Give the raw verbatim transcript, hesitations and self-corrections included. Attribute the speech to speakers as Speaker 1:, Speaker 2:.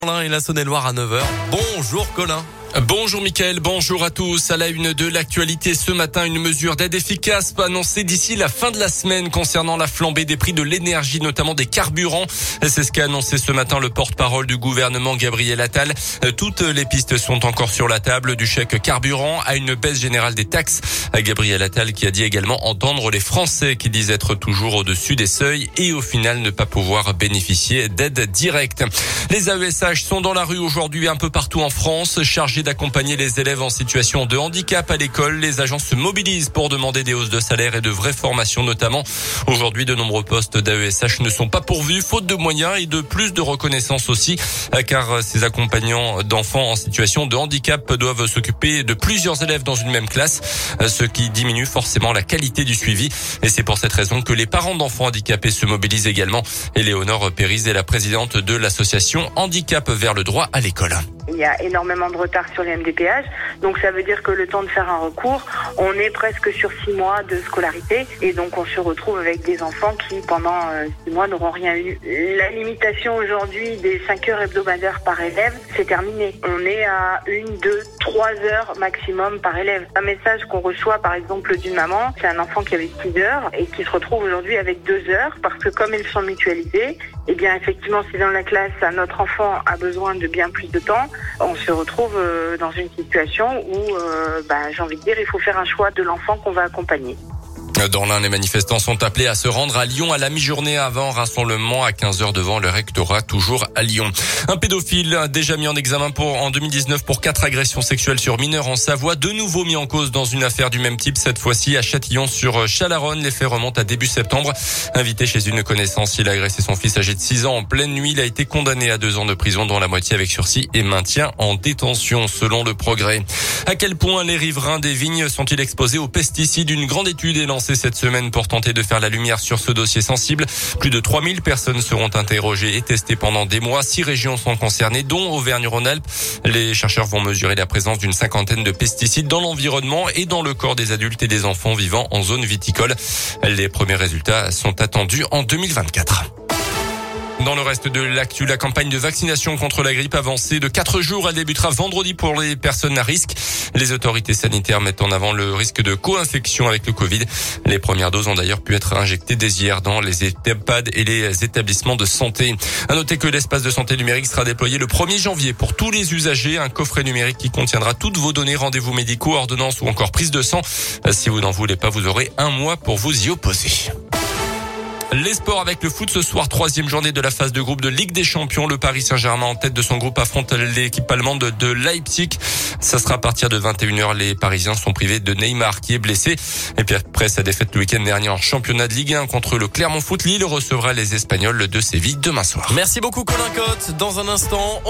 Speaker 1: Colin et la Saône-et-Loire à neuf heures. Bonjour Colin.
Speaker 2: Bonjour Mickaël, bonjour à tous. À la une de l'actualité ce matin, une mesure d'aide efficace annoncée d'ici la fin de la semaine concernant la flambée des prix de l'énergie, notamment des carburants. C'est ce qu'a annoncé ce matin le porte-parole du gouvernement Gabriel Attal. Toutes les pistes sont encore sur la table, du chèque carburant à une baisse générale des taxes. Gabriel Attal qui a dit également entendre les Français qui disent être toujours au-dessus des seuils et au final ne pas pouvoir bénéficier d'aide directe. Les A E S H sont dans la rue aujourd'hui un peu partout en France, chargés d'accompagner les élèves en situation de handicap à l'école. Les agents se mobilisent pour demander des hausses de salaire et de vraies formations notamment. Aujourd'hui, de nombreux postes d'A E S H ne sont pas pourvus, faute de moyens et de plus de reconnaissance aussi, car ces accompagnants d'enfants en situation de handicap doivent s'occuper de plusieurs élèves dans une même classe, ce qui diminue forcément la qualité du suivi. Et c'est pour cette raison que les parents d'enfants handicapés se mobilisent également. Éléonore Péris est la présidente de l'association Handicap vers le droit à l'école.
Speaker 3: Il y a énormément de retard sur les M D P H, donc ça veut dire que le temps de faire un recours, on est presque sur six mois de scolarité et donc on se retrouve avec des enfants qui pendant six mois n'auront rien eu. La limitation aujourd'hui des cinq heures hebdomadaires par élève, c'est terminé. On est à une, deux, trois heures maximum par élève. Un message qu'on reçoit par exemple d'une maman, c'est un enfant qui avait six heures et qui se retrouve aujourd'hui avec deux heures parce que comme ils sont mutualisés, eh bien effectivement si dans la classe notre enfant a besoin de bien plus de temps, on se retrouve dans une situation où, euh, bah, j'ai envie de dire, il faut faire un choix de l'enfant qu'on va accompagner.
Speaker 2: Dans l'un, les manifestants sont appelés à se rendre à Lyon à la mi-journée avant rassemblement à quinze heures devant le rectorat, toujours à Lyon. Un pédophile déjà mis en examen pour, en deux mille dix-neuf pour quatre agressions sexuelles sur mineurs en Savoie, de nouveau mis en cause dans une affaire du même type, cette fois-ci à Châtillon-sur-Chalaronne. Les faits remontent à début septembre. Invité chez une connaissance, il a agressé son fils âgé de six ans en pleine nuit. Il a été condamné à deux ans de prison, dont la moitié avec sursis et maintien en détention, selon le Progrès. À quel point les riverains des vignes sont-ils exposés aux pesticides? Une grande étude est lancée cette semaine pour tenter de faire la lumière sur ce dossier sensible. Plus de trois mille personnes seront interrogées et testées pendant des mois. Six régions sont concernées, dont Auvergne-Rhône-Alpes. Les chercheurs vont mesurer la présence d'une cinquantaine de pesticides dans l'environnement et dans le corps des adultes et des enfants vivant en zone viticole. Les premiers résultats sont attendus en deux mille vingt-quatre. Dans le reste de l'actu, la campagne de vaccination contre la grippe avancée de quatre jours. Elle débutera vendredi pour les personnes à risque. Les autorités sanitaires mettent en avant le risque de co-infection avec le Covid. Les premières doses ont d'ailleurs pu être injectées dès hier dans les EHPAD et les établissements de santé. À noter que l'espace de santé numérique sera déployé le premier janvier pour tous les usagers. Un coffret numérique qui contiendra toutes vos données, rendez-vous médicaux, ordonnances ou encore prise de sang. Si vous n'en voulez pas, vous aurez un mois pour vous y opposer. Les sports avec le foot ce soir, troisième journée de la phase de groupe de Ligue des Champions. Le Paris Saint-Germain en tête de son groupe affronte l'équipe allemande de Leipzig. Ça sera à partir de vingt et une heures. Les Parisiens sont privés de Neymar qui est blessé. Et puis après sa défaite le week-end dernier en championnat de Ligue un contre le Clermont Foot, Lille recevra les Espagnols de Séville demain soir.
Speaker 1: Merci beaucoup Colin Cotte. Dans un instant, on